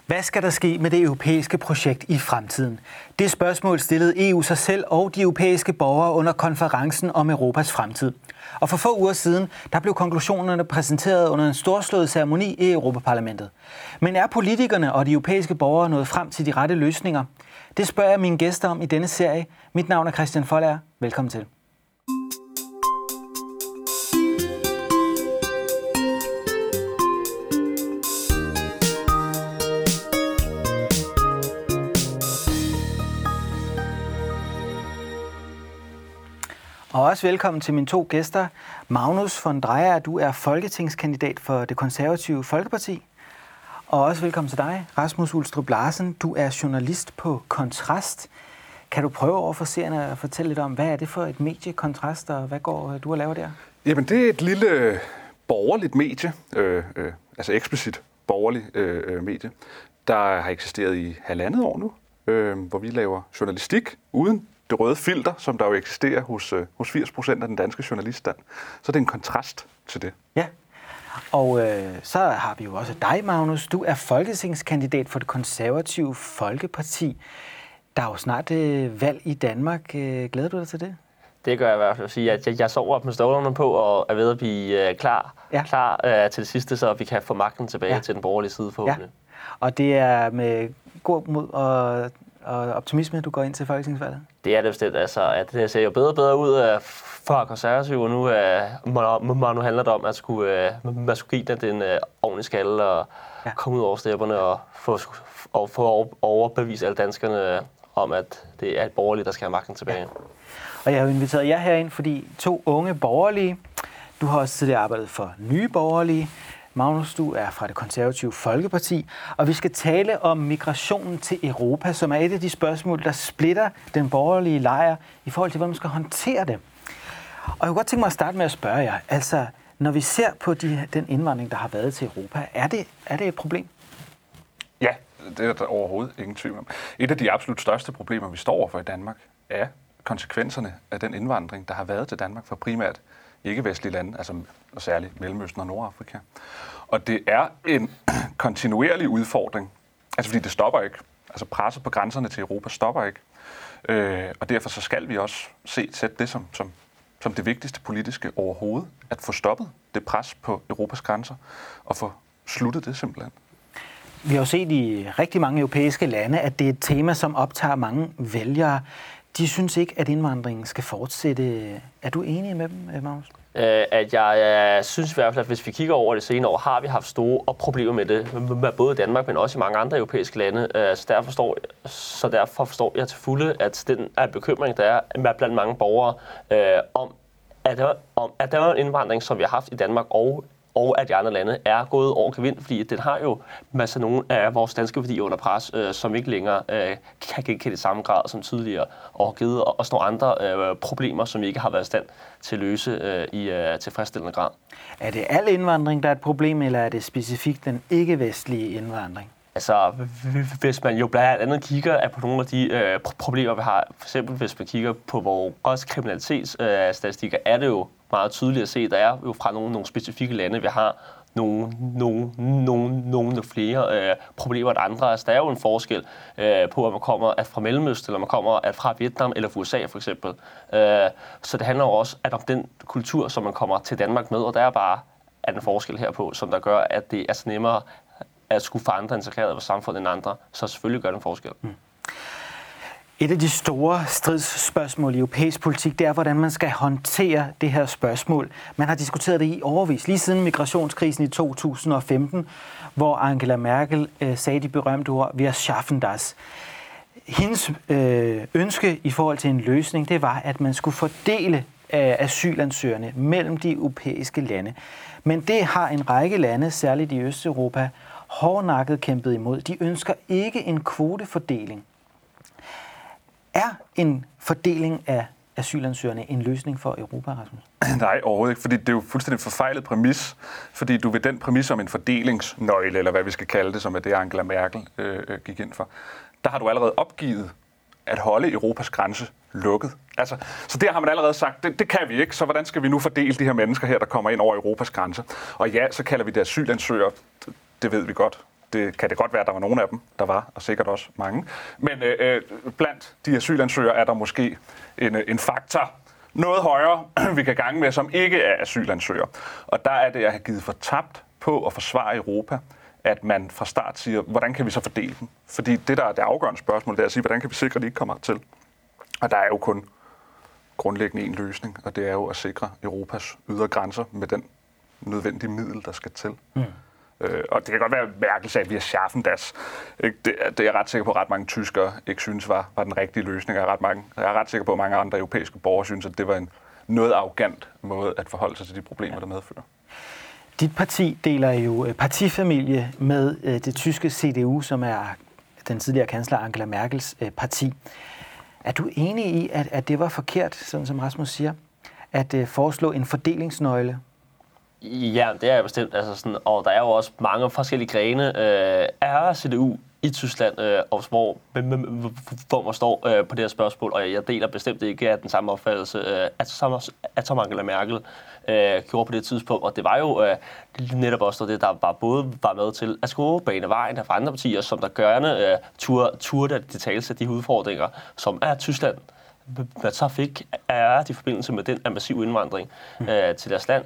Hvad skal der ske med det europæiske projekt i fremtiden? Det spørgsmål stillede EU sig selv og de europæiske borgere under konferencen om Europas fremtid. Og for få uger siden, der blev konklusionerne præsenteret under en storslået ceremoni i Europaparlamentet. Men er politikerne og de europæiske borgere nået frem til de rette løsninger? Det spørger jeg mine gæster om i denne serie. Mit navn er Christian Foldager. Velkommen til. Og også velkommen til mine to gæster. Magnus von Dreyer, du er folketingskandidat for Det Konservative Folkeparti. Og også velkommen til dig, Rasmus Ulstrup Larsen. Du er journalist på Kontrast. Kan du prøve over for seerne at fortælle lidt om, hvad er det for et medie, Kontrast, og hvad går du og laver der? Jamen, det er et lille borgerligt medie, altså eksplicit borgerligt medie, der har eksisteret i 1,5 år nu, hvor vi laver journalistik uden det røde filter, som der jo eksisterer hos 80% af den danske journaliststand. Så det er en kontrast til det. Ja, og så har vi jo også dig, Magnus. Du er folketingskandidat for Det Konservative Folkeparti. Der er jo snart valg i Danmark. Glæder du dig til det? Det gør jeg i hvert fald. Sige, at jeg sover op med støvlerne på og er ved at blive klar til det sidste, så vi kan få magten tilbage til den borgerlige side forhåbentlig. Ja. Og det er med god mod og optimisme, du går ind til folketingsvalget? Det er det bestemt. Altså, at det ser jo bedre og bedre ud for konservative, og nu handler det om, at man skulle give den ordentlig skalle og komme ud over stepperne og få overbevise alle danskerne om, at det er et borgerligt, der skal have magten tilbage. Ja. Og jeg har jo inviteret jer herind, fordi 2 unge borgerlige, du har også tidligere arbejdet for Nye Borgerlige. Magnus, du er fra Det Konservative Folkeparti, og vi skal tale om migrationen til Europa, som er et af de spørgsmål, der splitter den borgerlige lejr i forhold til, hvordan man skal håndtere det. Og jeg kunne godt tænke mig at starte med at spørge jer, altså når vi ser på den indvandring, der har været til Europa, er det et problem? Ja, det er der overhovedet ingen tvivl om. Et af de absolut største problemer, vi står overfor i Danmark, er konsekvenserne af den indvandring, der har været til Danmark fra primært ikke-vestlige lande, altså særligt Mellemøsten og Nordafrika. Og det er en kontinuerlig udfordring, altså fordi det stopper ikke. Altså presset på grænserne til Europa stopper ikke. Og derfor så skal vi også sætte det som det vigtigste politiske overhovedet, at få stoppet det pres på Europas grænser og få sluttet det simpelthen. Vi har jo set i rigtig mange europæiske lande, at det er et tema, som optager mange vælgere. De synes ikke, at indvandringen skal fortsætte. Er du enig med dem, Magnus? At jeg synes i hvert fald, at hvis vi kigger over det senere år, har vi haft store problemer med det, med både Danmark, men også i mange andre europæiske lande. Så derfor forstår jeg til fulde, at den bekymring, der er blandt mange borgere, at der er en indvandring, som vi har haft i Danmark og at de andre lande er gået over gevind, fordi den har jo masser nogle af vores danske værdier under pres, som ikke længere kan genkende i samme grad som tidligere, og har givet os nogle andre problemer, som vi ikke har været i stand til at løse i tilfredsstillende grad. Er det al indvandring, der er et problem, eller er det specifikt den ikke-vestlige indvandring? Altså, hvis man jo blandt andet kigger på nogle af de problemer, vi har, for eksempel hvis man kigger på vores kriminalitetsstatistikker, er det jo meget tydeligt at se, der er jo fra nogle specifikke lande, vi har nogle flere problemer end andre. Altså, der er jo en forskel på, om man kommer fra Mellemøsten, eller man kommer fra Vietnam eller fra USA for eksempel. Så det handler jo også om den kultur, som man kommer til Danmark med, og der er bare en forskel herpå, som der gør, at det er nemmere at skulle forandre integreret i vores samfund end andre. Så selvfølgelig gør det en forskel. Et af de store stridsspørgsmål i europæisk politik, det er, hvordan man skal håndtere det her spørgsmål. Man har diskuteret det i årevis, lige siden migrationskrisen i 2015, hvor Angela Merkel sagde de berømte ord, wir schaffen das. Hendes ønske i forhold til en løsning, det var, at man skulle fordele asylansøgerne mellem de europæiske lande. Men det har en række lande, særligt i Østeuropa, hårdnakket kæmpet imod. De ønsker ikke en kvotefordeling. Er en fordeling af asylansøgerne en løsning for Europa, Rasmus? Nej, overhovedet ikke, fordi det er jo fuldstændig forfejlet præmis, fordi du ved den præmis om en fordelingsnøgle, eller hvad vi skal kalde det, som er det Angela Merkel gik ind for, der har du allerede opgivet at holde Europas grænse lukket. Altså, så der har man allerede sagt, det kan vi ikke, så hvordan skal vi nu fordele de her mennesker her, der kommer ind over Europas grænse? Og ja, så kalder vi det asylansøgere, det ved vi godt. Det kan det godt være, at der var nogle af dem, der var, og sikkert også mange. Men blandt de asylansøgere er der måske en faktor noget højere, vi kan gange med, som ikke er asylansøgere. Og der er det at have givet for tabt på at forsvare Europa, at man fra start siger, hvordan kan vi så fordele dem? Fordi det, der er det afgørende spørgsmål, det er at sige, hvordan kan vi sikre, at de ikke kommer til? Og der er jo kun grundlæggende en løsning, og det er jo at sikre Europas ydre grænser med den nødvendige middel, der skal til. Og det kan godt være mærkelse af, at vi er schaffen das. Det er jeg ret sikker på, at ret mange tyskere ikke synes var den rigtige løsning. Jeg er ret sikker på, at mange andre europæiske borgere synes, at det var en noget arrogant måde at forholde sig til de problemer, der medfører. Dit parti deler jo partifamilie med det tyske CDU, som er den tidligere kansler Angela Merkels parti. Er du enig i, at det var forkert, sådan som Rasmus siger, at foreslå en fordelingsnøgle? Ja, det er bestemt. Altså sådan, og der er jo også mange forskellige grene af CDU i Tyskland, hvor man står på det her spørgsmål, og jeg deler bestemt ikke af den samme opfattelse, at som Angela Merkel gjorde på det tidspunkt. Og det var jo netop også det, der var med til at bane vejen af andre partier, som der gerne turde at detaljesætte de udfordringer, som er Tyskland, hvad så fik er i forbindelse med den massive indvandring til deres land.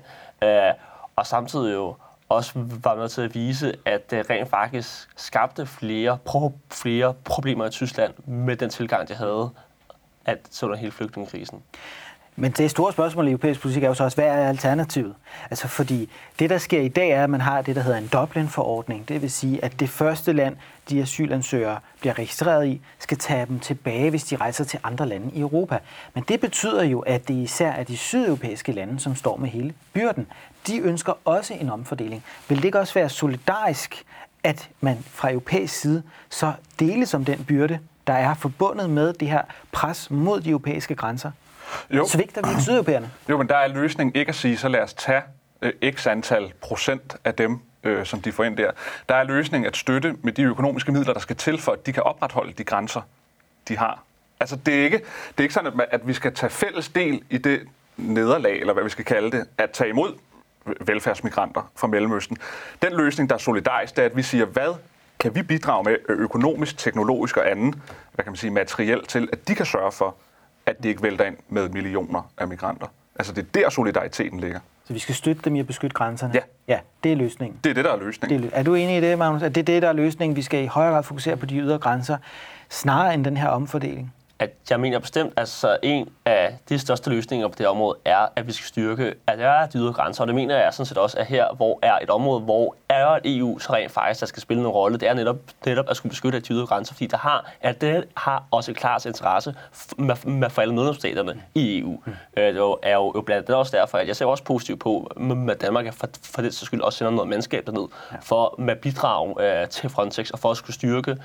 Og samtidig jo også var med til at vise, at det rent faktisk skabte flere problemer i Tyskland med den tilgang, de havde under hele flygtningekrisen. Men det store spørgsmål i europæisk politik er jo så også, hvad er alternativet? Altså fordi det, der sker i dag, er, at man har det, der hedder en Dublin-forordning. Det vil sige, at det første land, de asylansøgere bliver registreret i, skal tage dem tilbage, hvis de rejser til andre lande i Europa. Men det betyder jo, at det især er de sydeuropæiske lande, som står med hele byrden. De ønsker også en omfordeling. Vil det ikke også være solidarisk, at man fra europæisk side så deles om den byrde, der er forbundet med det her pres mod de europæiske grænser? Jo. Svigter vi ikke sydeuropæerne? Jo, men der er løsningen ikke at sige, så lad os tage x antal procent af dem, som de får ind der. Der er løsningen at støtte med de økonomiske midler, der skal til, for at de kan opretholde de grænser, de har. Altså, det er ikke sådan, at vi skal tage fælles del i det nederlag, eller hvad vi skal kalde det, at tage imod velfærdsmigranter fra Mellemøsten. Den løsning, der er solidarisk, det er, at vi siger, hvad kan vi bidrage med økonomisk, teknologisk og anden, hvad kan man sige, materiel til, at de kan sørge for, at de ikke vælter ind med millioner af migranter. Altså, det er der solidariteten ligger. Så vi skal støtte dem i at beskytte grænserne? Ja. Ja, det er løsningen. Det er det, der er løsningen. Er du enig i det, Magnus? At det er det, der er løsningen? Vi skal i højere grad fokusere på de ydre grænser, snarere end den her omfordeling? At jeg mener bestemt, at altså en af de største løsninger på det område er, at vi skal styrke, at der er de ydre grænser. Og det mener jeg sådan set også, at her, hvor er et område, hvor er et EU, så rent faktisk, der skal spille en rolle. Det er netop at skulle beskytte de ydre grænser, fordi det har også et klart interesse for alle medlemsstaterne i EU. Det er jo blandt andet også derfor, at jeg ser også positivt på, at Danmark for det skyld også sender noget mandskab derned, for med bidrag til Frontex, og for at skulle styrke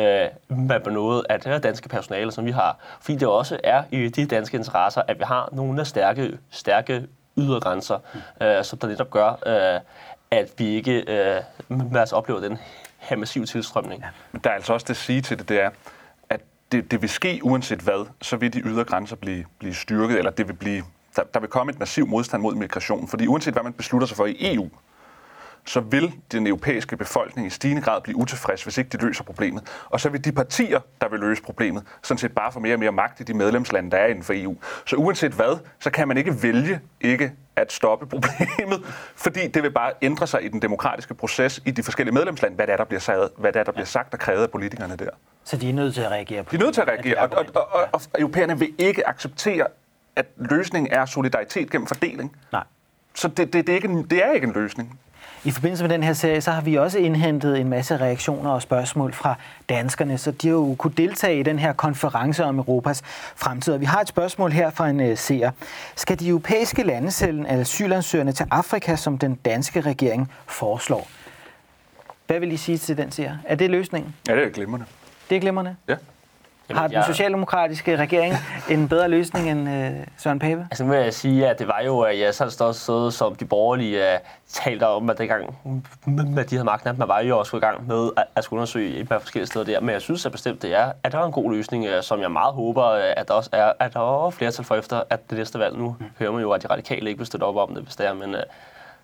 med noget af det danske personale, som vi har. Fordi det også er i de danske interesser, at vi har nogle stærke ydre grænser, som der netop gør, at vi ikke oplever den her massive tilstrømning. Ja. Men der er altså også det at sige til det, er, at det vil ske uanset hvad, så vil de ydre grænser blive styrket, eller det vil blive, der vil komme et massiv modstand mod migration. Fordi uanset hvad man beslutter sig for i EU, så vil den europæiske befolkning i stigende grad blive utilfreds, hvis ikke de løser problemet. Og så vil de partier, der vil løse problemet, sådan set bare få mere og mere magt i de medlemslande, der er inden for EU. Så uanset hvad, så kan man ikke vælge ikke at stoppe problemet, fordi det vil bare ændre sig i den demokratiske proces i de forskellige medlemslande, hvad det er, der bliver sagt og krævet af politikerne der. Så de er nødt til at reagere på det? De er nødt til at reagere, og europæerne vil ikke acceptere, at løsningen er solidaritet gennem fordeling. Nej. Så det er ikke en løsning. I forbindelse med den her serie, så har vi også indhentet en masse reaktioner og spørgsmål fra danskerne, så de har jo kunne deltage i den her konference om Europas fremtid. Og vi har et spørgsmål her fra en seer. Skal de europæiske lande sende asylansøgerne til Afrika, som den danske regering foreslår? Hvad vil I sige til den seer? Er det løsningen? Ja, det er glimrende. Det er glimrende? Ja. Har den socialdemokratiske regering en bedre løsning end Søren Pape? Altså nu vil jeg sige, at det var jo, at jeg så også som de borgerlige talte om, at dengang med de havde magten, at man var jo også i gang med at skulle undersøge et par forskellige steder der. Men jeg synes at bestemt, det er, at der er en god løsning, som jeg meget håber, at der også er, at der er flertal for efter, at det næste valg nu hører man jo, at de radikale ikke vil støtte op om det, hvis det er, men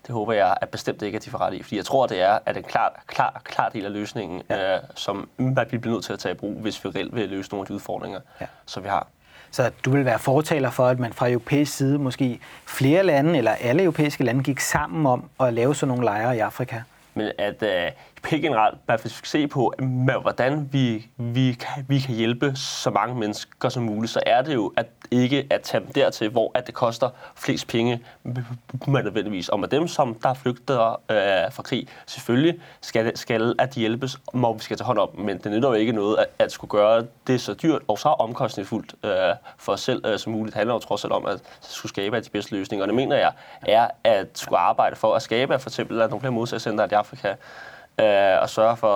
Det håber jeg at bestemt ikke, at de får ret i. Fordi jeg tror, det er en klar del af løsningen, som vi bliver nødt til at tage i brug, hvis vi reelt vil løse nogle af de udfordringer, som vi har. Så du vil være fortaler for, at man fra europæisk side, måske flere lande eller alle europæiske lande, gik sammen om at lave sådan nogle lejre i Afrika? Men at helt generelt, hvis vi skal se på, hvordan vi kan hjælpe så mange mennesker som muligt, så er det jo ikke at tage dem dertil, hvor at det koster flest penge nødvendigvis. Og med dem, som der er flygtet fra krig, selvfølgelig skal at de hjælpes, og vi skal tage hånd om. Men det nytter jo ikke noget at skulle gøre det så dyrt og så omkostningsfuldt for os selv som muligt. Det handler jo trods alt om at skulle skabe de bedste løsninger. Og det mener jeg er at skulle arbejde for at skabe for eksempel nogle flere modtagscentre i Afrika, og sørge for,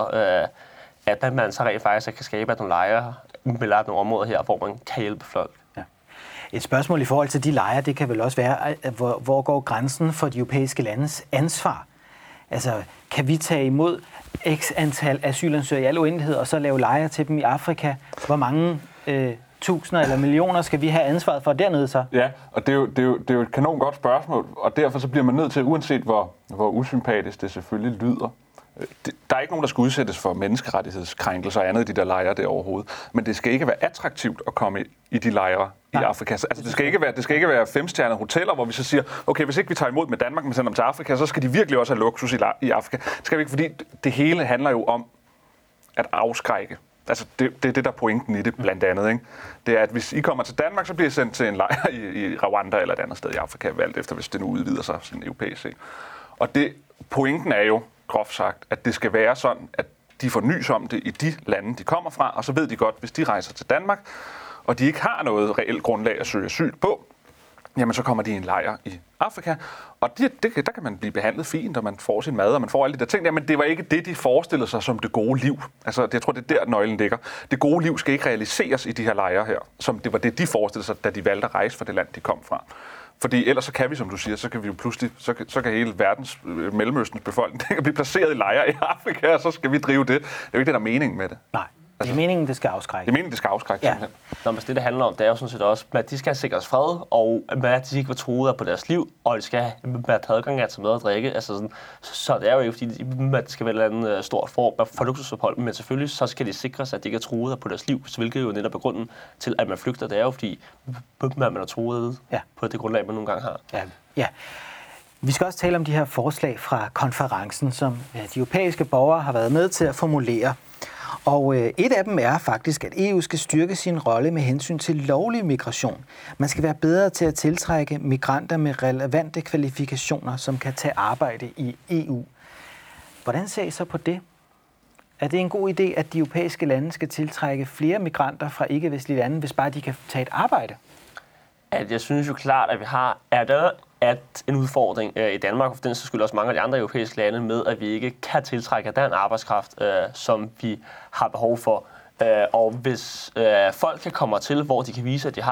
at man så rent faktisk kan skabe nogle lejre med nogle områder her, hvor man kan hjælpe folk. Ja. Et spørgsmål i forhold til de lejre, det kan vel også være, hvor går grænsen for de europæiske landes ansvar? Altså, kan vi tage imod x antal asylansøgere i al uendelighed, og så lave lejre til dem i Afrika? Hvor mange tusinder eller millioner skal vi have ansvaret for dernede så? Ja, og det er jo et kanon godt spørgsmål, og derfor så bliver man nødt til, uanset hvor usympatisk det selvfølgelig lyder, der er ikke nogen, der skal udsættes for menneskerettighedskrænkelser og andet i de der lejre der overhovedet. Men det skal ikke være attraktivt at komme i de lejre i Afrika. Altså, det skal ikke være 5-stjernede hoteller, hvor vi så siger, okay, hvis ikke vi tager imod med Danmark, men sender dem til Afrika, så skal de virkelig også have luksus i Afrika. Det skal vi ikke, fordi det hele handler jo om at afskrække. Altså, det er det, der er pointen i det, blandt andet. Ikke? Det er, at hvis I kommer til Danmark, så bliver I sendt til en lejr i Rwanda eller et andet sted i Afrika, valgt efter, hvis det nu udvider sig sådan europæisk set. Og pointen er jo, groft sagt, at det skal være sådan, at de får nys om det i de lande, de kommer fra, og så ved de godt, hvis de rejser til Danmark, og de ikke har noget reelt grundlag at søge asyl på, jamen så kommer de i en lejr i Afrika, og der kan man blive behandlet fint, og man får sin mad, og man får alle de der ting, men det var ikke det, de forestillede sig som det gode liv. Altså, jeg tror, det er der, nøglen ligger. Det gode liv skal ikke realiseres i de her lejre her, som det var det, de forestillede sig, da de valgte at rejse fra det land, de kom fra. Fordi ellers så kan vi, som du siger, så kan vi jo pludselig, så kan hele verdens, Mellemøstens befolkning blive placeret i lejre i Afrika, og så skal vi drive det. Det er jo ikke det, der er meningen med det. Nej, det er meningen, det skal afskrække. Det er meningen, det skal afskrække, simpelthen. Nå, men det handler om, det er jo sådan set også, at de skal sikres fred, og at de ikke var truet på deres liv, og de skal have adgang til mad og drikke. Altså sådan, så det er jo ikke, fordi det skal være en eller anden stor form for luksusophold, men selvfølgelig så skal de sikres, at de ikke er truet på deres liv, hvilket jo netop er grunden til, at man flygter. Det er jo, fordi man er truet på det grundlag, man nogle gange har. Ja. Vi skal også tale om de her forslag fra konferencen, som de europæiske borgere har været med til at formulere. Og et af dem er faktisk, at EU skal styrke sin rolle med hensyn til lovlig migration. Man skal være bedre til at tiltrække migranter med relevante kvalifikationer, som kan tage arbejde i EU. Hvordan ser I så på det? Er det en god idé, at de europæiske lande skal tiltrække flere migranter fra ikke-vestlige lande, hvis bare de kan tage et arbejde? Jeg synes jo klart, at vi har en udfordring i Danmark, og for den skyld også mange af de andre europæiske lande, med at vi ikke kan tiltrække den arbejdskraft, som vi har behov for. Og hvis folk kan komme til, hvor de kan vise, at de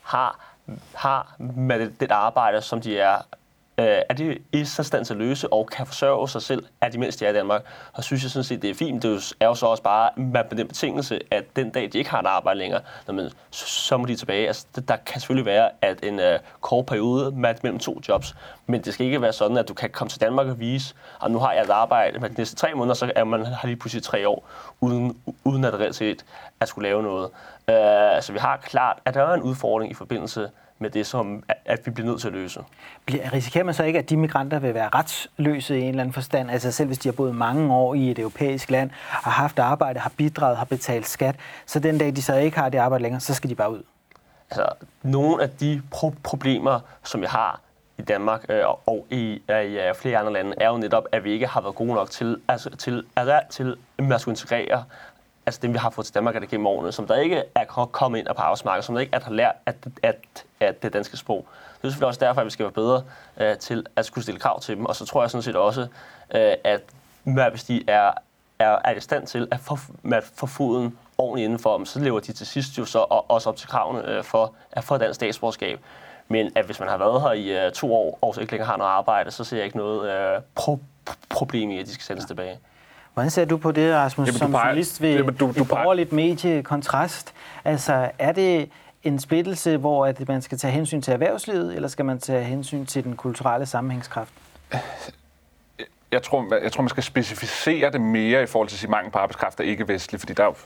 har med det arbejde, som de er de i stand til at løse og kan forsørge sig selv, mens de er i Danmark, og synes jeg sådan set, det er fint. Det er jo så også bare med den betingelse, at den dag, de ikke har et arbejde længere, så må de tilbage. Altså, der kan selvfølgelig være at en kort periode mellem 2 jobs, men det skal ikke være sådan, at du kan komme til Danmark og vise, og nu har jeg et arbejde, men de næste 3 måneder, så er man har lige pludselig 3 år, uden at reelt set at skulle lave noget. Så vi har klart, at der er en udfordring i forbindelse med det, som at vi bliver nødt til at løse. Risikerer man så ikke, at de migranter vil være retsløse i en eller anden forstand? Altså selv hvis de har boet mange år i et europæisk land, har haft arbejde, har bidraget, har betalt skat, så den dag de så ikke har det arbejde længere, så skal de bare ud? Altså, nogle af de problemer, som vi har i Danmark og i flere andre lande, er jo netop, at vi ikke har været gode nok til at skulle integrere dem, vi har fået til Danmark af det gennem årene, som der ikke er kommet ind på arbejdsmarkedet, som der ikke har lært at det danske sprog. Det er selvfølgelig også derfor, at vi skal være bedre til at skulle stille krav til dem. Og så tror jeg sådan set også, at hvis de er i stand til at få foden ordentligt indenfor dem, så lever de til sidst jo så også op til kravene for at få dansk statsborgerskab. Men at hvis man har været her i 2 år, og så ikke længere har noget arbejde, så ser jeg ikke noget problem i, at de skal sendes tilbage. Hvordan ser du på det, Rasmus, som journalist ved et borgerligt medie Kontrast? Altså, er det en splittelse, hvor at man skal tage hensyn til erhvervslivet, eller skal man tage hensyn til den kulturelle sammenhængskraft? Jeg tror, man skal specificere det mere i forhold til at sige mangel på arbejdskraft, der ikke vestlig, fordi der er jo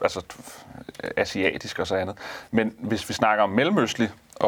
asiatisk og så andet. Men hvis vi snakker om mellemøstlig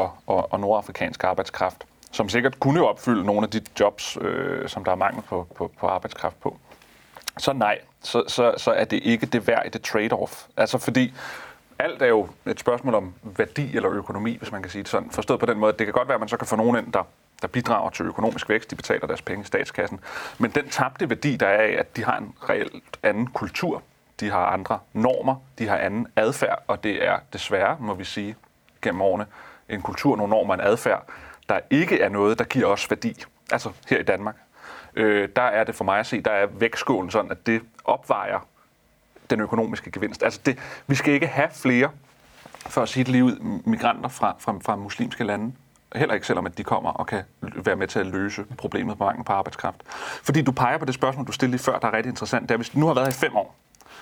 og nordafrikansk arbejdskraft, som sikkert kunne jo opfylde nogle af de jobs, som der er mangel på arbejdskraft på, så nej, så er det ikke det værd i det trade-off. Altså fordi alt er jo et spørgsmål om værdi eller økonomi, hvis man kan sige det sådan. Forstået på den måde, at det kan godt være, at man så kan få nogen ind, der bidrager til økonomisk vækst, de betaler deres penge i statskassen. Men den tabte værdi, der er af, at de har en reelt anden kultur, de har andre normer, de har anden adfærd, og det er desværre, må vi sige, gennem årene, en kultur, nogle normer, en adfærd, der ikke er noget, der giver os værdi. Altså her i Danmark. Der er det for mig at se, der er vægtskålen sådan, at det opvejer den økonomiske gevinst. Altså vi skal ikke have flere, for at sige det lige ud, migranter fra muslimske lande. Heller ikke selvom, at de kommer og kan være med til at løse problemet på mangel på arbejdskraft. Fordi du peger på det spørgsmål, du stillede lige før, der er rigtig interessant. Det er, hvis de nu har været her i 5 år,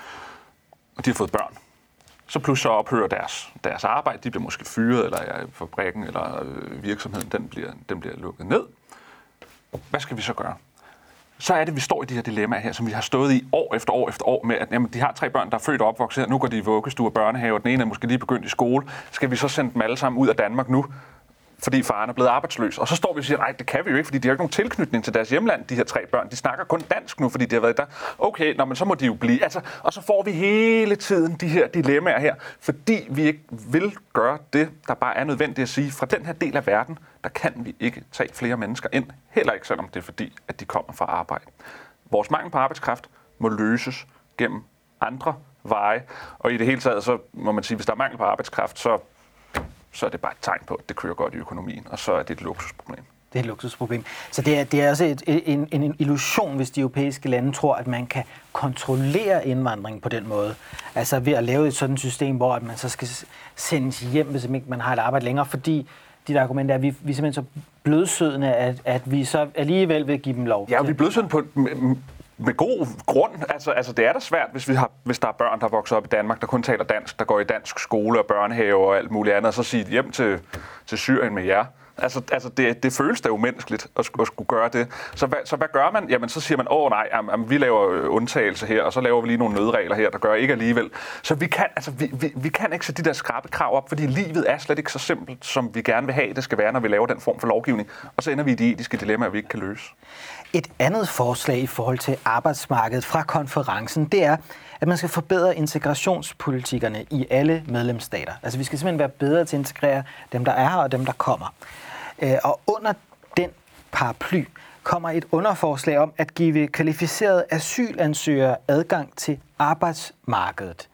og de har fået børn, så pludselig så ophører deres arbejde. De bliver måske fyret, eller fabrikken eller virksomheden, den bliver lukket ned. Hvad skal vi så gøre? Så er det, vi står i de her dilemmaer her, som vi har stået i år efter år efter år med, at jamen, de har 3 børn, der er født og opvokset her. Nu går de i vuggestue og børnehave, og den ene er måske lige begyndt i skole. Skal vi så sende dem alle sammen ud af Danmark nu, fordi faren er blevet arbejdsløs? Og så står vi og siger, nej, det kan vi jo ikke, fordi de har ikke nogen tilknytning til deres hjemland, de her 3 børn. De snakker kun dansk nu, fordi de har været der. Okay, men så må de jo blive. Altså, og så får vi hele tiden de her dilemmaer her, fordi vi ikke vil gøre det, der bare er nødvendigt at sige, fra den her del af verden, der kan vi ikke tage flere mennesker ind. Heller ikke, selvom det er fordi, at de kommer fra arbejde. Vores mangel på arbejdskraft må løses gennem andre veje. Og i det hele taget, så må man sige, hvis der er mangel på arbejdskraft, så er det bare et tegn på, at det kører godt i økonomien, og så er det et luksusproblem. Det er et luksusproblem. Så det er også en illusion, hvis de europæiske lande tror, at man kan kontrollere indvandring på den måde. Altså ved at lave et sådan system, hvor at man så skal sendes hjem, hvis ikke man har et arbejde længere, fordi dit argument er, at vi er simpelthen så blødsødende, at vi så alligevel vil give dem lov. Ja, vi er blødsødende med god grund. Altså det er da svært, hvis der er børn, der vokser op i Danmark, der kun taler dansk, der går i dansk skole og børnehave og alt muligt andet, og så sige hjem til Syrien med jer. Altså det føles da umenneskeligt at skulle gøre det. Så hvad gør man? Jamen så siger man, vi laver undtagelse her, og så laver vi lige nogle nødregler her, der gør ikke alligevel. Så vi kan ikke sætte de der skrappe krav op, fordi livet er slet ikke så simpelt, som vi gerne vil have, det skal være, når vi laver den form for lovgivning. Og så ender vi i de etiske dilemmaer, vi ikke kan løse. Et andet forslag i forhold til arbejdsmarkedet fra konferencen, det er, at man skal forbedre integrationspolitikkerne i alle medlemsstater. Altså vi skal simpelthen være bedre til at integrere dem, der er her og dem, der kommer. Og under den paraply kommer et underforslag om at give kvalificerede asylansøgere adgang til arbejdsmarkedet.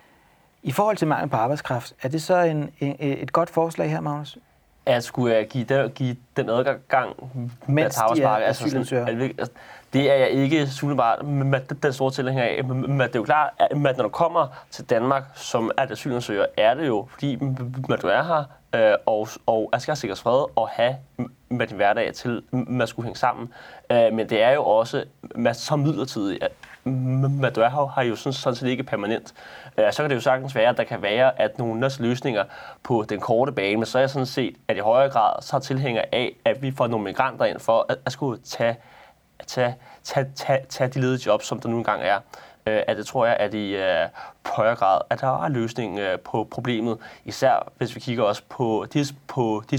I forhold til mangel på arbejdskraft, er det så et godt forslag her, Magnus? At skulle give den adgang mens til arbejdsmarkedet, asylansøgere? Det er jeg ikke umiddelbart med den store tilhænger af. Men det er jo klart, at når du kommer til Danmark som asylansøger, er det jo, fordi du er her og skal sikres fred og have med din hverdag til, man skulle hænge sammen. Men det er jo også så midlertidigt, at du er her har jo sådan set ikke permanent. Så kan det jo sagtens være, at der kan være at nogle løsninger på den korte bane, men så er jeg sådan set, at i højere grad så er tilhænger af, at vi får nogle migranter ind for at skulle tage de ledige jobs, som der nu engang er. At det tror jeg, at i højere grad, at der er løsning på problemet. Især hvis vi kigger også på de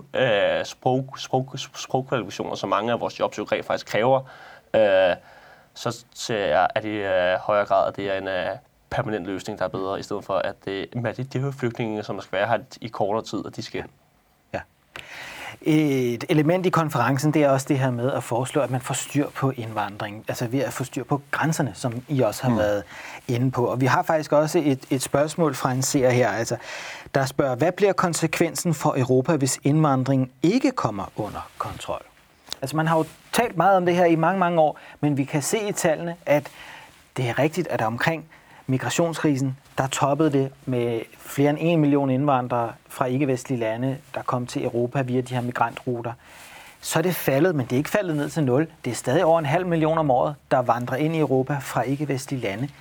sprogkvalifikationer, som mange af vores jobs jo rent faktisk kræver. Så ser jeg, at i højere grad, at det er en permanent løsning, der er bedre, i stedet for, at det er flygtninge, som der skal være her i kortere tid, og de skal. Ja. Et element i konferencen, det er også det her med at foreslå, at man får styr på indvandring. Altså ved at få styr på grænserne, som I også har været inde på. Og vi har faktisk også et spørgsmål fra en seer her, altså, der spørger, hvad bliver konsekvensen for Europa, hvis indvandringen ikke kommer under kontrol? Altså man har jo talt meget om det her i mange, mange år, men vi kan se i tallene, at det er rigtigt, at der omkring migrationskrisen, der toppede det med flere end 1 million indvandrere fra ikke-vestlige lande, der kom til Europa via de her migrantruter. Så er det faldet, men det er ikke faldet ned til 0. Det er stadig over 500.000 om året, der vandrer ind i Europa fra ikke-vestlige lande.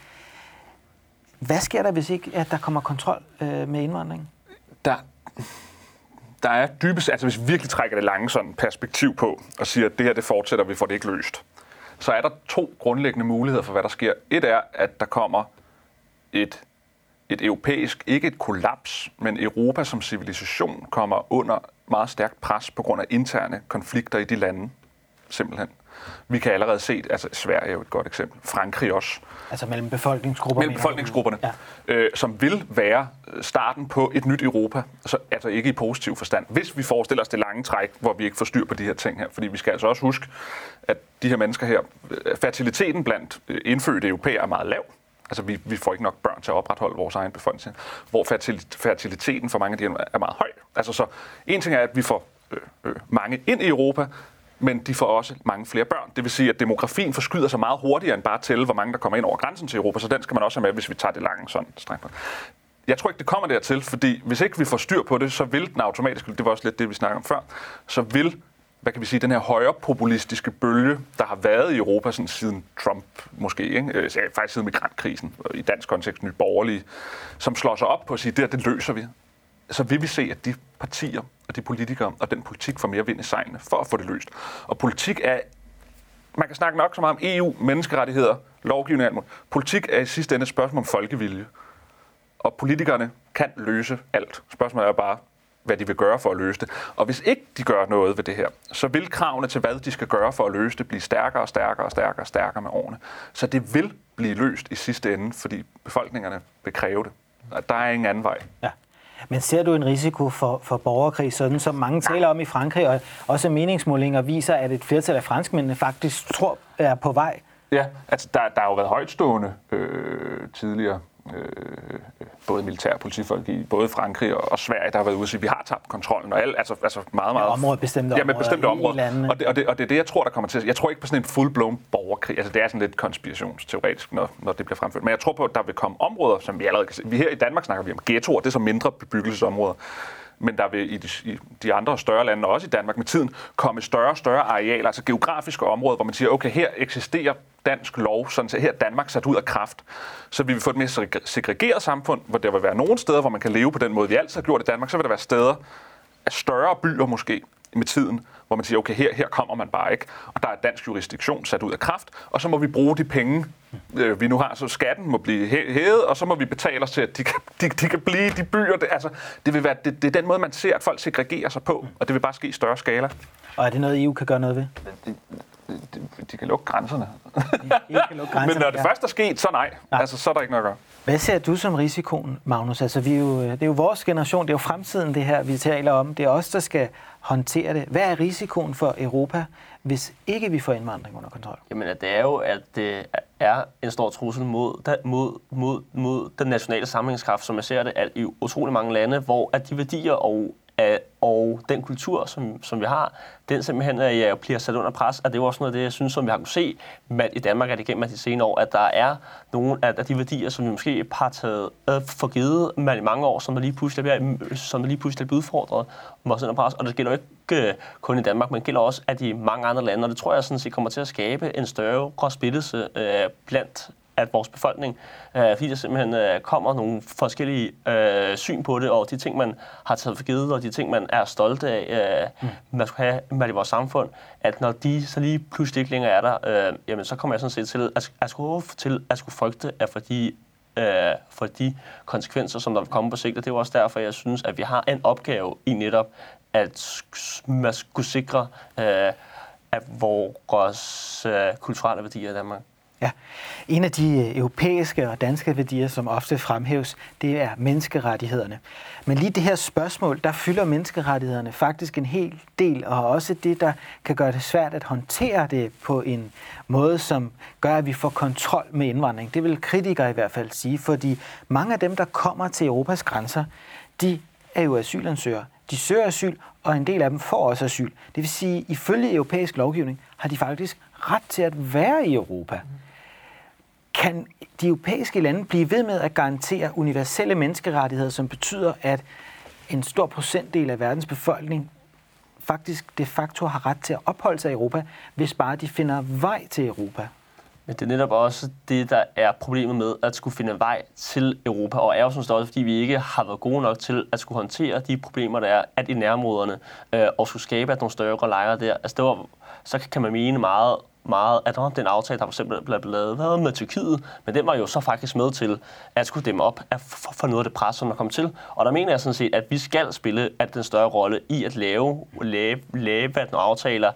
Hvad sker der, hvis ikke at der kommer kontrol med indvandringen? Der er dybest, altså hvis vi virkelig trækker det lange sådan perspektiv på, og siger, at det her det fortsætter, vi får det ikke løst, så er der 2 grundlæggende muligheder for, hvad der sker. Et er, at der kommer et europæisk, ikke et kollaps, men Europa som civilisation kommer under meget stærkt pres på grund af interne konflikter i de lande, simpelthen. Vi kan allerede se, altså Sverige er jo et godt eksempel, Frankrig også. Altså mellem befolkningsgrupperne? Mellem befolkningsgrupperne, som vil være starten på et nyt Europa, altså ikke i positiv forstand. Hvis vi forestiller os det lange træk, hvor vi ikke får styr på de her ting her, fordi vi skal altså også huske, at de her mennesker her, fertiliteten blandt indfødte europæere er meget lav. Altså vi får ikke nok børn til at opretholde vores egen befolkning, hvor fertiliteten for mange af de her er meget høj. Altså så en ting er, at vi får mange ind i Europa, men de får også mange flere børn. Det vil sige, at demografien forskyder sig meget hurtigere end bare at tælle, hvor mange der kommer ind over grænsen til Europa, så den skal man også have med, hvis vi tager det lange sådan strengt på. Jeg tror ikke, det kommer dertil, fordi hvis ikke vi får styr på det, så vil den automatisk, det var også lidt det, vi snakkede om før, så vil, hvad kan vi sige, den her højre populistiske bølge, der har været i Europa sådan siden Trump måske, ikke? Faktisk siden migrantkrisen, i dansk kontekst Nye Borgerlige, som slår sig op på at sige, det løser vi. Så vil vi se, at de partier og de politikere og den politik får mere vind i sejlene for at få det løst. Og politik er, man kan snakke nok så meget om EU, menneskerettigheder, lovgivning, politik er i sidste ende et spørgsmål om folkevilje. Og politikerne kan løse alt. Spørgsmålet er bare, hvad de vil gøre for at løse det. Og hvis ikke de gør noget ved det her, så vil kravene til, hvad de skal gøre for at løse det, blive stærkere og stærkere og stærkere og stærkere med årene. Så det vil blive løst i sidste ende, fordi befolkningerne vil kræve det. Der er ingen anden vej. Ja. Men ser du en risiko for borgerkrig, sådan som mange taler om i Frankrig, og også meningsmålinger viser, at et flertal af franskmændene faktisk tror er på vej? Ja, altså der har jo været højtstående tidligere, både militær og politifolk i både Frankrig og Sverige, der har været ude og sige, at vi har tabt kontrollen, og altså meget... Bestemte områder. Og det er det, jeg tror, der kommer til. Jeg tror ikke på sådan en full-blown borgerkrig. Altså det er sådan lidt konspirationsteoretisk, når det bliver fremført. Men jeg tror på, at der vil komme områder, som vi allerede kan se. Vi her i Danmark snakker vi om ghettoer, det er så mindre bebyggelsesområder. Men der vil i de andre større lande, og også i Danmark med tiden, komme større og større arealer, altså geografiske områder, hvor man siger, okay, her eksisterer dansk lov, sådan at her er Danmark sat ud af kraft. Så vi vil få et mere segregeret samfund, hvor der vil være nogle steder, hvor man kan leve på den måde, vi altid har gjort i Danmark. Så vil der være steder af større byer måske med tiden, hvor man siger, okay, her kommer man bare ikke. Og der er dansk jurisdiktion sat ud af kraft, og så må vi bruge de penge, vi nu har. Så skatten må blive hævet, og så må vi betale os til, at de kan blive de byer. Det vil være det er den måde, man ser, at folk segregerer sig på, og det vil bare ske i større skala. Og er det noget, EU kan gøre noget ved? De kan lukke grænserne. Men når det først er sket, så nej. Altså, så er der ikke noget at gøre. Hvad ser du som risikoen, Magnus? Altså, det er jo vores generation, det er jo fremtiden, det her, vi taler om. Det er os, der skal håndtere det. Hvad er risikoen for Europa, hvis ikke vi får indvandring under kontrol? Jamen, det er jo, at det er en stor trussel mod den nationale sammenhængskraft, som jeg ser det, at i utrolig mange lande, hvor at de værdier og den kultur, som vi har, den simpelthen bliver sat under pres. Og det er jo også noget af det, jeg synes, som vi har kunnet se i Danmark, at igennem de senere år, at der er nogle af de værdier, som vi måske har taget for givet i mange år, som der lige pludselig bliver udfordret og under pres. Og det gælder jo ikke kun i Danmark, men det gælder også at i mange andre lande. Og det tror jeg sådan set kommer til at skabe en større splittelse blandt af vores befolkning, fordi der simpelthen kommer nogle forskellige syn på det, og de ting, man har taget for givet, og de ting, man er stolte af, man skal have med i vores samfund, at når de så lige pludselig ikke længere er der, jamen så kommer jeg sådan set til at skulle frygte for de konsekvenser, som der vil komme på sigt, og det er også derfor, jeg synes, at vi har en opgave i netop, at man skulle sikre at vores kulturelle værdier i Danmark. Ja, en af de europæiske og danske værdier, som ofte fremhæves, det er menneskerettighederne. Men lige det her spørgsmål, der fylder menneskerettighederne faktisk en hel del, og også det, der kan gøre det svært at håndtere det på en måde, som gør, at vi får kontrol med indvandring. Det vil kritikere i hvert fald sige, fordi mange af dem, der kommer til Europas grænser, de er jo asylansøgere. De søger asyl, og en del af dem får også asyl. Det vil sige, at ifølge europæisk lovgivning har de faktisk ret til at være i Europa. Kan de europæiske lande blive ved med at garantere universelle menneskerettigheder, som betyder, at en stor procentdel af verdens befolkning faktisk de facto har ret til at opholde sig i Europa, hvis bare de finder vej til Europa? Men det er netop også det, der er problemet med at skulle finde vej til Europa, og er jo sådan set også, fordi vi ikke har været gode nok til at skulle håndtere de problemer, der er at i nærområderne, og skulle skabe nogle større lejre der. Altså så kan man mene meget, at den aftale, der for eksempel blev lavet med Tyrkiet, men den var jo så faktisk med til at skulle dæmme op for noget af det pres, som der kom til. Og der mener jeg sådan set, at vi skal spille den større rolle i at lave nogle aftaler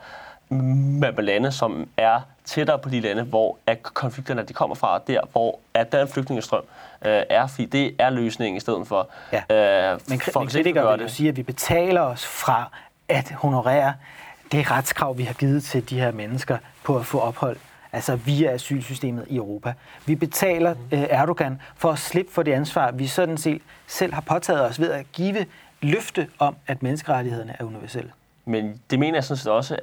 med lande, som er tættere på de lande, hvor konflikterne de kommer fra, der hvor den flygtningestrøm er, fordi det er løsningen i stedet for. Ja. Men kritikere vil jo sige, at vi betaler os fra at honorere det retskrav, vi har givet til de her mennesker på at få ophold, altså via asylsystemet i Europa. Vi betaler Erdogan for at slippe for det ansvar, vi sådan set selv har påtaget os ved at give løfte om, at menneskerettighederne er universelle. Men det mener jeg sådan set også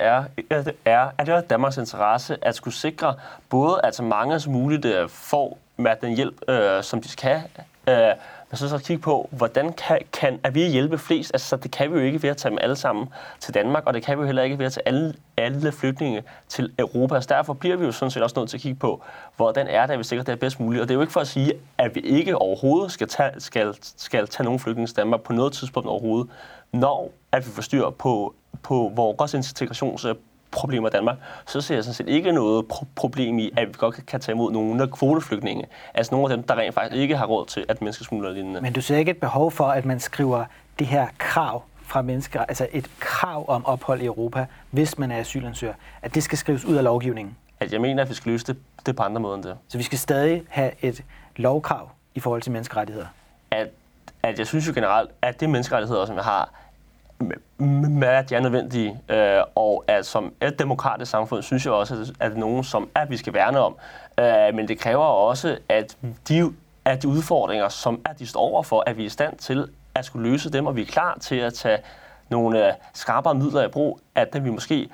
at det er Danmarks interesse at skulle sikre både at så mange som muligt får med den hjælp, som de skal have, men så kigge på, hvordan kan vi hjælpe flest. Altså, det kan vi jo ikke ved at tage dem alle sammen til Danmark, og det kan vi jo heller ikke ved at tage alle flygtninge til Europa. Så derfor bliver vi jo sådan set også nødt til at kigge på, hvordan er det, at vi sikrer det er bedst muligt. Og det er jo ikke for at sige, at vi ikke overhovedet skal tage nogle flygtninge til Danmark på noget tidspunkt overhovedet, når at vi får styr på vores integrationsproblemer i Danmark, så ser jeg sådan set ikke noget problem i, at vi godt kan tage imod nogle af kvoteflygtninge. Altså nogle af dem, der rent faktisk ikke har råd til, at menneskesmuglere lignende. Men du ser ikke et behov for, at man skriver det her krav fra mennesker, altså et krav om ophold i Europa, hvis man er asylansøger, at det skal skrives ud af lovgivningen? At jeg mener, at vi skal løse det på andre måder end det. Så vi skal stadig have et lovkrav i forhold til menneskerettigheder? At jeg synes jo generelt, at det menneskerettigheder, som vi har, at de er nødvendige, og at som et demokratisk samfund, synes jeg også, at det er nogen, som vi skal værne om. Men det kræver også, at de udfordringer, som de står overfor, at vi er i stand til at skulle løse dem, og vi er klar til at tage nogle skarpere midler i brug, at det vi måske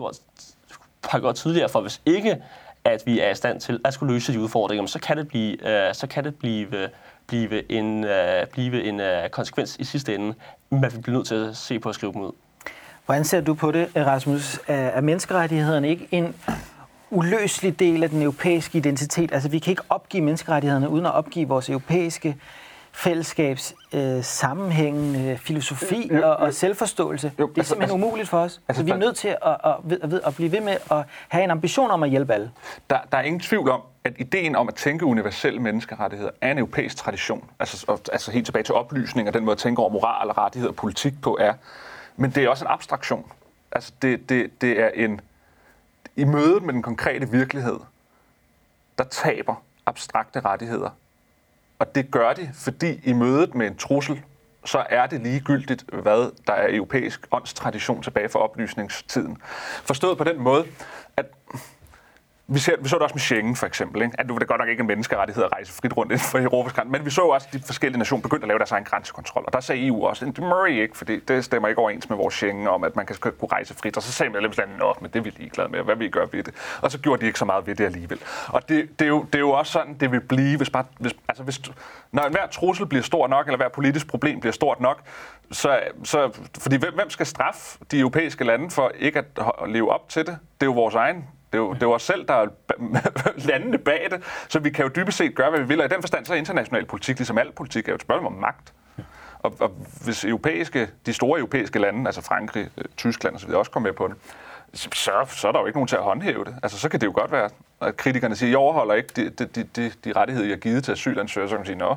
har gjort tidligere, for hvis ikke, at vi er i stand til at skulle løse de udfordringer, så kan det blive en konsekvens i sidste ende, men vi bliver nødt til at se på at skrive dem ud. Hvordan ser du på det, Rasmus? Er menneskerettighederne ikke en uløselig del af den europæiske identitet? Altså, vi kan ikke opgive menneskerettighederne uden at opgive vores europæiske fællesskabs sammenhængende filosofi og selvforståelse. Det er simpelthen umuligt for os. Så vi er nødt til at blive ved med at have en ambition om at hjælpe alle. Der er ingen tvivl om, at ideen om at tænke universelle menneskerettigheder er en europæisk tradition. Altså helt tilbage til oplysning og den måde at tænke over moral og rettigheder og politik på er. Men det er også en abstraktion. Altså det er i mødet med den konkrete virkelighed, der taber abstrakte rettigheder. Og det gør de, fordi i mødet med en trussel, så er det ligegyldigt, hvad der er europæisk åndstradition tilbage fra oplysningstiden. Forstået på den måde, at vi så det også med Schengen for eksempel, ikke? At nu var det godt nok ikke en menneskerettighed at rejse frit rundt inden for Europas grænse, men vi så jo også, at de forskellige nationer begyndte at lave deres egen grænsekontrol, og der sagde EU også, det må I ikke, fordi det stemmer ikke overens med vores Schengen om, at man kan kunne rejse frit, og så sagde medlemslandene, men det er vi ligeglade med, hvad vi gør ved det, og så gjorde de ikke så meget ved det alligevel. Og det er jo også sådan, det vil blive, hvis når enhver trussel bliver stor nok, eller hver politisk problem bliver stort nok, så fordi hvem skal straffe de europæiske lande for ikke at leve op til det? Det er jo vores egen. Det er jo os selv, der er landene bag det, så vi kan jo dybest set gøre, hvad vi vil. Og i den forstand, så er international politik, ligesom al politik, er jo et spørgsmål om magt. Og hvis de store europæiske lande, altså Frankrig, Tyskland osv., også kommer med på det, så er der jo ikke nogen til at håndhæve det. Altså, så kan det jo godt være, at kritikerne siger, jeg overholder ikke de rettigheder, jeg har givet til asylansøgere, så kan man sige, nå.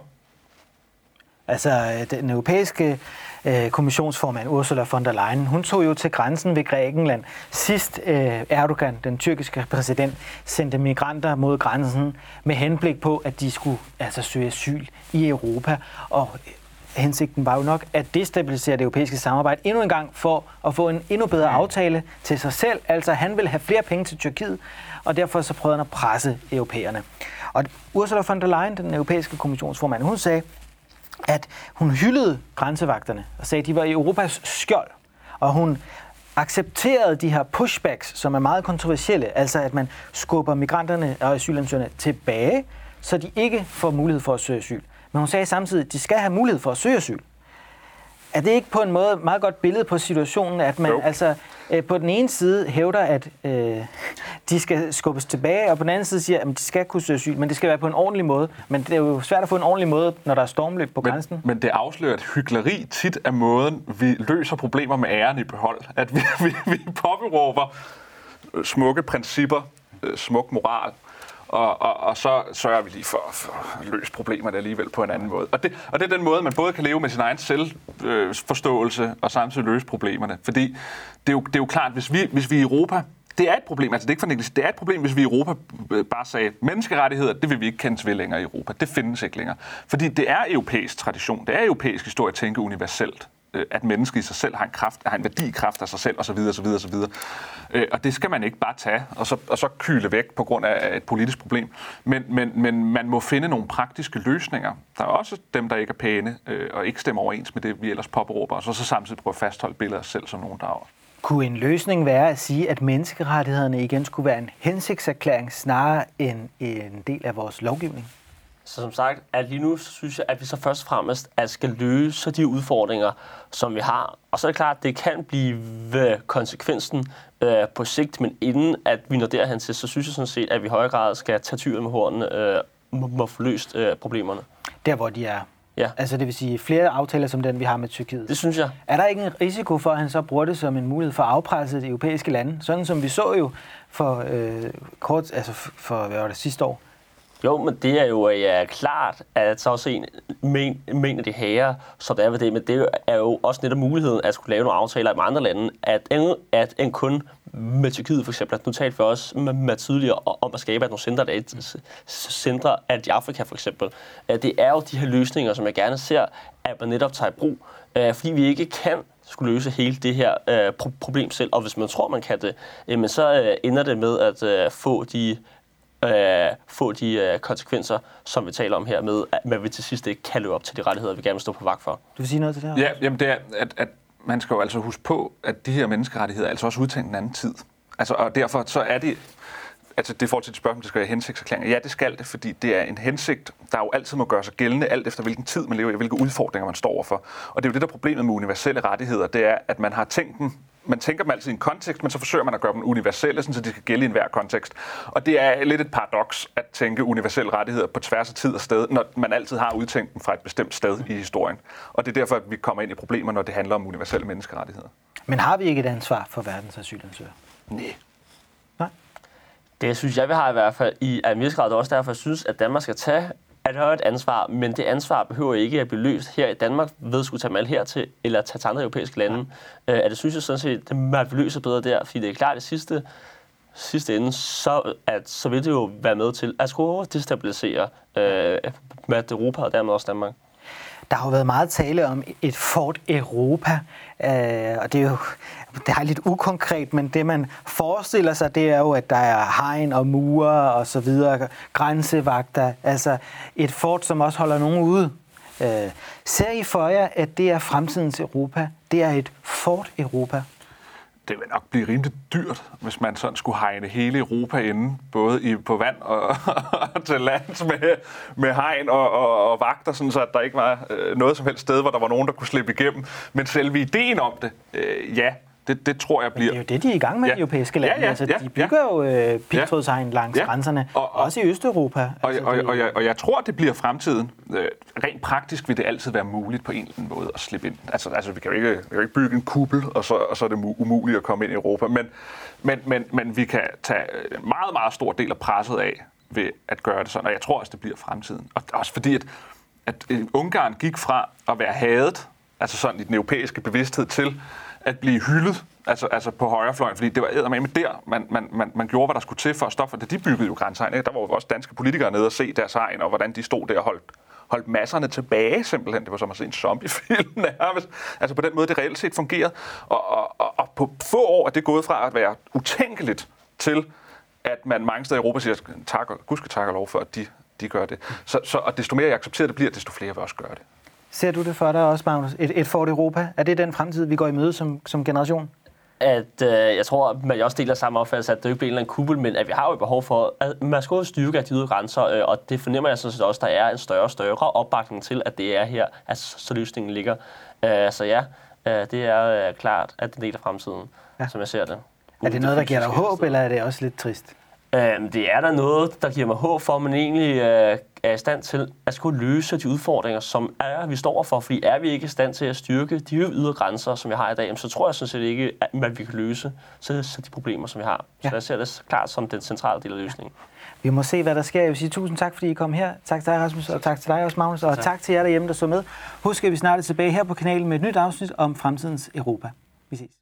Altså, den europæiske kommissionsformand Ursula von der Leyen, hun tog jo til grænsen ved Grækenland. Sidst Erdogan, den tyrkiske præsident, sendte migranter mod grænsen med henblik på, at de skulle søge asyl i Europa. Og hensigten var jo nok at destabilisere det europæiske samarbejde endnu en gang for at få en endnu bedre aftale til sig selv. Altså, han ville have flere penge til Tyrkiet, og derfor så prøvede han at presse europæerne. Og Ursula von der Leyen, den europæiske kommissionsformand, hun sagde, at hun hyldede grænsevagterne og sagde, at de var i Europas skjold. Og hun accepterede de her pushbacks, som er meget kontroversielle, altså at man skubber migranterne og asylansøgerne tilbage, så de ikke får mulighed for at søge asyl. Men hun sagde samtidig, at de skal have mulighed for at søge asyl. Er det ikke på en måde et meget godt billede på situationen, at man på den ene side hævder, at de skal skubbes tilbage, og på den anden side siger, at de skal kunne søge asyl, men det skal være på en ordentlig måde. Men det er jo svært at få en ordentlig måde, når der er stormløb på grænsen. Men det afslører, at hykleri tit er måden, vi løser problemer med æren i behold. At vi påberåber smukke principper, smuk moral, og så sørger vi lige for at løse problemerne alligevel på en anden måde. Og det er den måde, man både kan leve med sin egen selvforståelse og samtidig løse problemerne. Fordi det er jo klart, hvis vi i Europa... Det er et problem, altså det er ikke fornægtelse. Det er et problem, hvis vi i Europa bare sagde, menneskerettigheder, det vil vi ikke kendes ved længere i Europa. Det findes ikke længere. Fordi det er europæisk tradition, det er europæisk historie at tænke universelt. At mennesket i sig selv har en kraft, har en værdi i kraft af sig selv, osv. Og det skal man ikke bare tage, og så kyle væk på grund af et politisk problem. Men man må finde nogle praktiske løsninger. Der er også dem, der ikke er pæne, og ikke stemmer overens med det, vi ellers påberåber os, og så samtidig prøve at fastholde billedet af os selv som nogen, der er. Kunne en løsning være at sige, at menneskerettighederne igen skulle være en hensigtserklæring snarere end en del af vores lovgivning? Så som sagt, at lige nu synes jeg, at vi så først og fremmest skal løse de udfordringer, som vi har. Og så er det klart, at det kan blive konsekvensen på sigt, men inden at vi når derhen til, så synes jeg sådan set, at vi i højere grad skal tage tyren med hornene og få løst problemerne. Der, hvor de er. Ja. Altså det vil sige flere aftaler som den, vi har med Tyrkiet. Det synes jeg. Er der ikke en risiko for, at han så bruger det som en mulighed for at afpresse de europæiske lande? Sådan som vi så jo for sidste år. Jo, men det er jo klart, at så også en af de herrer, som der er ved det, men det er jo også netop muligheden at skulle lave nogle aftaler med andre lande, at en kun med Tyrkiet for eksempel, at nu talte vi også med tidligere om at skabe nogle centre af i Afrika for eksempel. Det er jo de her løsninger, som jeg gerne ser, at man netop tager i brug, fordi vi ikke kan skulle løse hele det her problem selv, og hvis man tror, man kan det, så ender det med at få de konsekvenser, som vi taler om her med, at vi til sidst ikke kan løbe op til de rettigheder, vi gerne vil stå på vagt for. Du vil sige noget til det her? Ja, jamen det er, at man skal jo altså huske på, at de her menneskerettigheder er altså også udtænkt en anden tid. Altså, og derfor så er det, altså det forhold til et spørgsmål, det skal være hensigtserklæringer. Ja, det skal det, fordi det er en hensigt, der jo altid må gøre sig gældende, alt efter hvilken tid man lever i, og hvilke udfordringer man står overfor. Og det er jo det, der er problemet med universelle rettigheder, det er, at man har tænkt dem, man tænker dem altid i en kontekst, men så forsøger man at gøre dem universelle, så de skal gælde i enhver kontekst. Og det er lidt et paradoks at tænke universelle rettigheder på tværs af tid og sted, når man altid har udtænkt dem fra et bestemt sted i historien. Og det er derfor, at vi kommer ind i problemer, når det handler om universelle menneskerettigheder. Men har vi ikke et ansvar for verdens asylansøgere? Nej. Det synes jeg, vi har i hvert fald i en vis grad. Også derfor, jeg synes, at Danmark skal tage et højt ansvar, men det ansvar behøver ikke at blive løst her i Danmark ved at skulle tage mal hertil, eller tage til andre europæiske lande. Det synes jeg sådan set, at vi løser bedre der, fordi det er klart, at sidste ende, så vil det jo være med til at skulle destabilisere med Europa og dermed også Danmark. Der har jo været meget tale om et Fort Europa, og det er jo lidt ukonkret, men det man forestiller sig, det er jo, at der er hegn og mure og så videre, grænsevagter, altså et fort, som også holder nogen ude. Ser I for jer, at det er fremtidens Europa? Det er et Fort Europa? Det vil nok blive rimelig dyrt, hvis man sådan skulle hegne hele Europa inde, både på vand og til lands med hegn og vagter, sådan så at der ikke var noget som helst sted, hvor der var nogen, der kunne slippe igennem. Men selve ideen om det, ja, det tror jeg bliver... Men det er jo det, de er i gang med i europæiske lande. Altså, de bygger jo pigtrådshegn langs grænserne, også i Østeuropa. Og jeg tror, det bliver fremtiden. Rent praktisk vil det altid være muligt på en eller anden måde at slippe ind. Altså vi kan jo ikke bygge en kuppel, og så er det umuligt at komme ind i Europa. Men vi kan tage en meget, meget stor del af presset af ved at gøre det sådan. Og jeg tror også, det bliver fremtiden. Og også fordi, at Ungarn gik fra at være hadet, altså sådan i den europæiske bevidsthed, til at blive hyldet, altså på højrefløjen, fordi det var eddermame der, man gjorde, hvad der skulle til for at stoppe, for de byggede jo grænsehegn. Der var jo også danske politikere nede og se deres hegn, og hvordan de stod der og holdt masserne tilbage, simpelthen. Det var som at se en zombiefilm nærmest. Altså på den måde, det reelt set fungerede. Og på få år er det gået fra at være utænkeligt til, at man mange steder i Europa siger, Gud skal takke og lov for, at de gør det. Og desto mere jeg accepterer det bliver, desto flere vil også gøre det. Ser du det for dig også, Magnus? Et Fort Europa? Er det den fremtid, vi går i møde som generation? Jeg tror, at jeg også deler samme opfattelse, at det ikke bliver en eller anden kuppel, men at vi har jo et behov for, at man skal styrke af de ydre grænser, og det fornemmer jeg sådan set også, der er en større opbakning til, at det er her, at så løsningen ligger. Så ja, det er klart, at det er en del af fremtiden. som jeg ser det. Er det noget, der giver dig håb, eller er det også lidt trist? Det er der noget, der giver mig håb for, at man egentlig er i stand til at skulle løse de udfordringer, som vi står for. Fordi er vi ikke i stand til at styrke de ydre grænser, som vi har i dag, så tror jeg sådan set ikke, at vi kan løse så de problemer, som vi har. Så jeg ser det klart som den centrale del af løsningen. Vi må se, hvad der sker. Jeg vil sige tusind tak, fordi I kom her. Tak til dig, Rasmus, og tak til dig også, Magnus, og tak til jer derhjemme, der så med. Husk, at vi snart er tilbage her på kanalen med et nyt afsnit om fremtidens Europa. Vi ses.